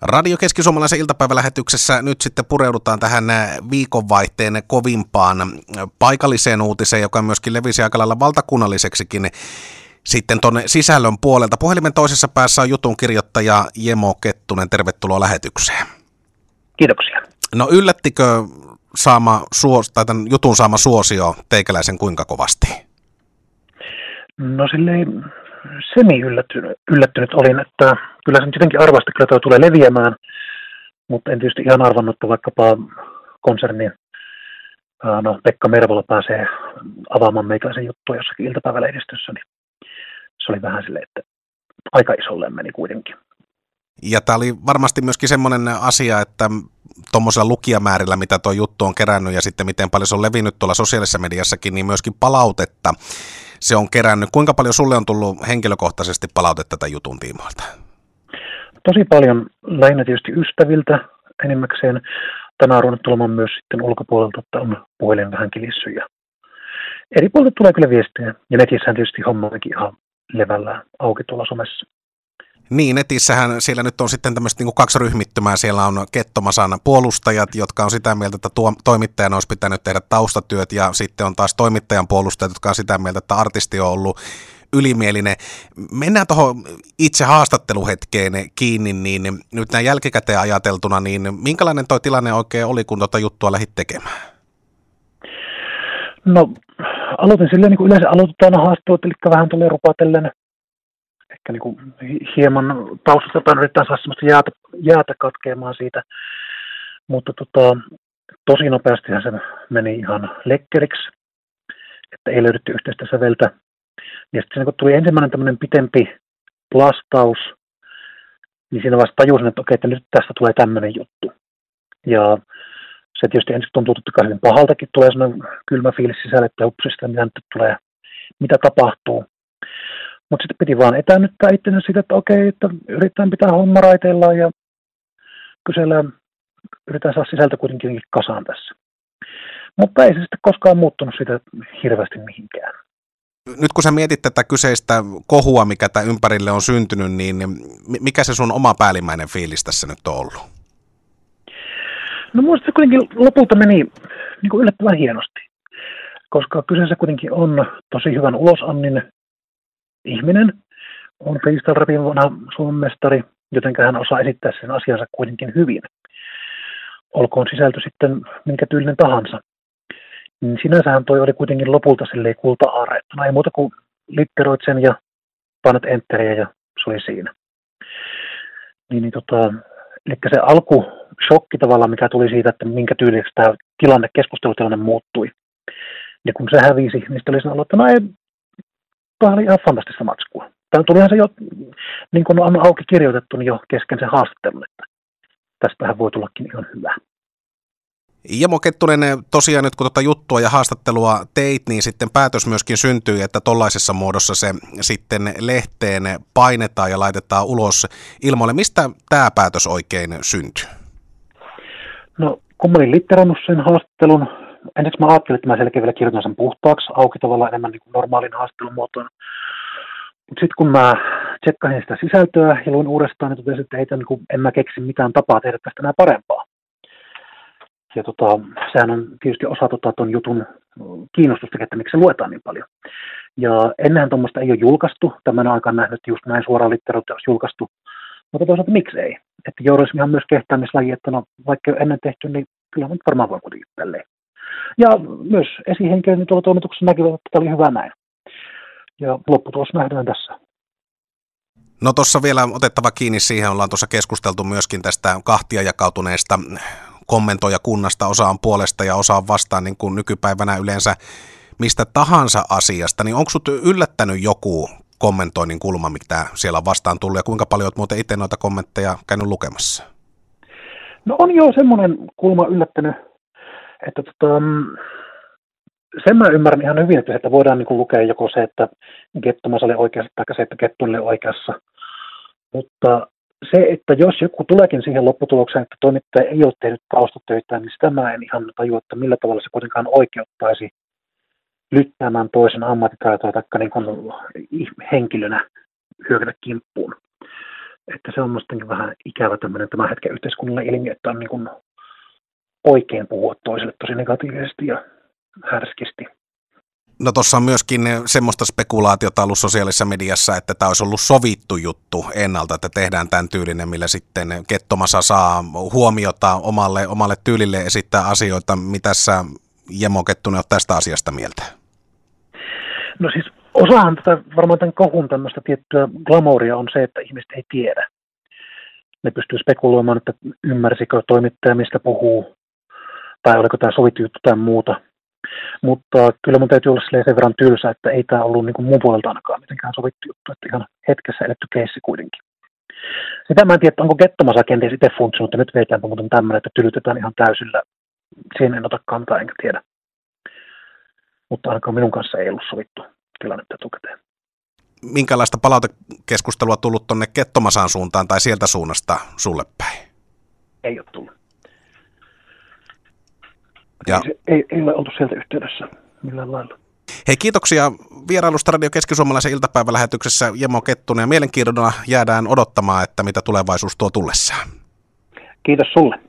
Radio Keski-Suomalaisen iltapäivälähetyksessä nyt sitten pureudutaan tähän viikonvaihteen kovimpaan paikalliseen uutiseen, joka myöskin levisi aika lailla valtakunnalliseksikin sitten tuonne sisällön puolelta. Puhelimen toisessa päässä on jutun kirjoittaja Jemo Kettunen. Tervetuloa lähetykseen. Kiitoksia. No yllättikö tämän jutun saama suosio teikäläisen kuinka kovasti? No silleen yllättynyt olin, että kyllä se nyt jotenkin arvasti, että kyllä tulee leviämään, mutta en tietysti ihan arvannut, että vaikkapa konsernin Pekka Mervola pääsee avaamaan meikäläisen juttua jossakin iltapäivälehdistössä, niin se oli vähän silleen, että aika isolle meni kuitenkin. Ja tämä oli varmasti myöskin semmoinen asia, että tuommoisella lukijamäärillä, mitä tuo juttu on kerännyt ja sitten miten paljon se on levinnyt tuolla sosiaalisessa mediassakin, niin myöskin palautetta se on kerännyt. Kuinka paljon sulle on tullut henkilökohtaisesti palautetta tämän jutun tiimoilta? Tosi paljon, lähinnä tietysti ystäviltä enimmäkseen. Tänään on ruvennut tulemaan myös sitten ulkopuolelta, että on puhelin vähän kilissy. Ja eri puolilta tulee kyllä viestejä. Ja netissähän tietysti homma onkin ihan levällä auki tuolla somessa. Niin, netissähän siellä nyt on sitten tämmöistä niin kuin kaksi ryhmittymää. Siellä on Kettomasan puolustajat, jotka on sitä mieltä, että toimittajan olisi pitänyt tehdä taustatyöt, ja sitten on taas toimittajan puolustajat, jotka on sitä mieltä, että artisti on ollut ylimielinen. Mennään tuohon itse haastatteluhetkeen kiinni, niin nyt näin jälkikäteen ajateltuna, niin minkälainen toi tilanne oikein oli, kun tuota juttua lähdit tekemään? No, aloitin silleen, niin kuin yleensä aloitetaan haastattelut, eli vähän tulee rupatellen. Ehkä niin kuin hieman taustaltaan yritetään saada sellaista jäätä katkeamaan siitä, mutta tosi nopeastihan se meni ihan lekkeriksi, että ei löydetty yhteistä säveltä. Ja sitten kun tuli ensimmäinen tämmöinen pitempi lastaus, niin siinä vasta tajusin, että okei, että nyt tästä tulee tämmöinen juttu. Ja se tietysti ensin tuntuu totta kai hyvin pahaltakin, tulee sellainen kylmä fiilis sisälle, että hupsista, mitä nyt tulee, mitä tapahtuu. Mutta sitten piti vaan etäännyttää itsensä siitä, että okei, että yritetään pitää homma raiteillaan ja kysellään, yritetään saada sisältö kuitenkin kasaan tässä. Mutta ei se sitten koskaan muuttunut siitä hirveästi mihinkään. Nyt kun sä mietit tätä kyseistä kohua, mikä tämän ympärille on syntynyt, niin mikä se sun oma päällimmäinen fiilis tässä nyt on ollut? No minusta se kuitenkin lopulta meni niin kuin yllättävän hienosti, koska kyseessä kuitenkin on tosi hyvän ulosannin ihminen, on freestyle rapin vanha Suomen mestari, joten hän osaa esittää sen asiansa kuitenkin hyvin. Olkoon sisältö sitten minkä tyylinen tahansa. Niin sinänsähän toi oli kuitenkin lopulta silleen kulta-aare, että no ei muuta kuin litteroit sen ja painat enteriä ja se oli siinä. Eli se alkushokki tavallaan, mikä tuli siitä, että minkä tyyliseksi tämä keskustelutilanne muuttui. Ja kun se hävisi, niin sitten oli sanonut, että no ei, tämä oli ihan fantastista matskua. Tämä tulihan se jo, niin kuin on auki kirjoitettu, niin jo kesken se haastattelun, että tästähän voi tullakin ihan hyvä. Jemo Kettunen, tosiaan nyt kun tuota juttua ja haastattelua teit, niin sitten päätös myöskin syntyi, että tollaisessa muodossa se sitten lehteen painetaan ja laitetaan ulos ilmoille. Mistä tämä päätös oikein syntyi? No, kun mä olin litterannut sen haastattelun, ensiksi mä ajattelin, että mä selkeä vielä kirjoitan sen puhtaaksi, auki tavallaan enemmän niin kuin normaalin haastattelun muotoon. Mutta sitten kun mä tsekkasin sitä sisältöä ja luin uudestaan, niin totesin, että en mä keksi mitään tapaa tehdä tästä enää parempaa. Ja sehän on tietysti osa ton jutun kiinnostusta, että miksi se luetaan niin paljon. Ja ennenhän tuommoista ei ole julkaistu. Tämän aikaan nähnyt just näin suoraan litteroita olisi julkaistu. Mutta toisaalta miksi ei? Että journalismihan myös kehtäämislaji, että no vaikka ennen tehty, niin kyllä nyt varmaan voi kuitenkin tälleen. Ja myös esihenkilöt tuolla toimituksessa näkivät, että tämä oli hyvä näin. Ja lopputulos nähdään tässä. No tuossa vielä otettava kiinni siihen, ollaan tuossa keskusteltu myöskin tästä kahtia jakautuneesta kommentoijakunnasta, osa on puolesta ja osa on vastaan, niin kuin nykypäivänä yleensä mistä tahansa asiasta, niin onko sut yllättänyt joku kommentoinnin kulma, mitä siellä on vastaan tullut, ja kuinka paljon olet muuten itse noita kommentteja käynyt lukemassa? No on jo semmoinen kulma yllättänyt, että sen mä ymmärrän ihan hyvin, että voidaan niin kuin lukea joko se, että Kettomas oli oikeassa, tai se, että Kettunen oli oikeassa, mutta se, että jos joku tuleekin siihen lopputulokseen, että toimittaja ei ole tehnyt taustatöitä, niin sitä mä en ihan tajua, että millä tavalla se kuitenkaan oikeuttaisi lyttäämään toisen ammattitaitoa tai niin kuin henkilönä hyökätä kimppuun. Että se on mustakin vähän ikävä tämän hetken yhteiskunnallinen ilmiö, että on niin kuin oikein puhua toiselle tosi negatiivisesti ja härskisti. No tuossa on myöskin semmoista spekulaatiota ollut sosiaalisessa mediassa, että tämä olisi ollut sovittu juttu ennalta, että tehdään tämän tyylinen, millä sitten Kettomasa saa huomiota omalle tyylille esittää asioita. Mitä sä, Jemo Kettunen, olet tästä asiasta mieltä? No siis osahan varmaan tämän kohun tämmöistä tiettyä glamouria on se, että ihmiset ei tiedä. Ne pystyy spekuloimaan, että ymmärsikö toimittaja, mistä puhuu, tai oliko tämä sovittu juttu tai muuta. Mutta kyllä mun täytyy olla sen verran tylsä, että ei tämä ollut niin kuin mun puolelta ainakaan mitenkään sovittu juttu, että ihan hetkessä eletty keissi kuitenkin. Sitä mä en tiedä, onko Kettomasa kenties itse funtsinut, että nyt veetäänpä muuten tämmöinen, että tylytetään ihan täysillä. Siihen en ota kantaa, enkä tiedä. Mutta ainakaan minun kanssa ei ollut sovittu tilannetta etukäteen. Minkälaista palautekeskustelua tullut tuonne Kettomasaan suuntaan tai sieltä suunnasta sulle päin? Ei ole tullut. Ei ole oltu sieltä yhteydessä millään lailla. Hei, kiitoksia vierailusta Radio Keski-Suomalaisen iltapäivälähetyksessä, Jemo Kettunen, ja mielenkiinnolla jäädään odottamaan, että mitä tulevaisuus tuo tullessaan. Kiitos sulle.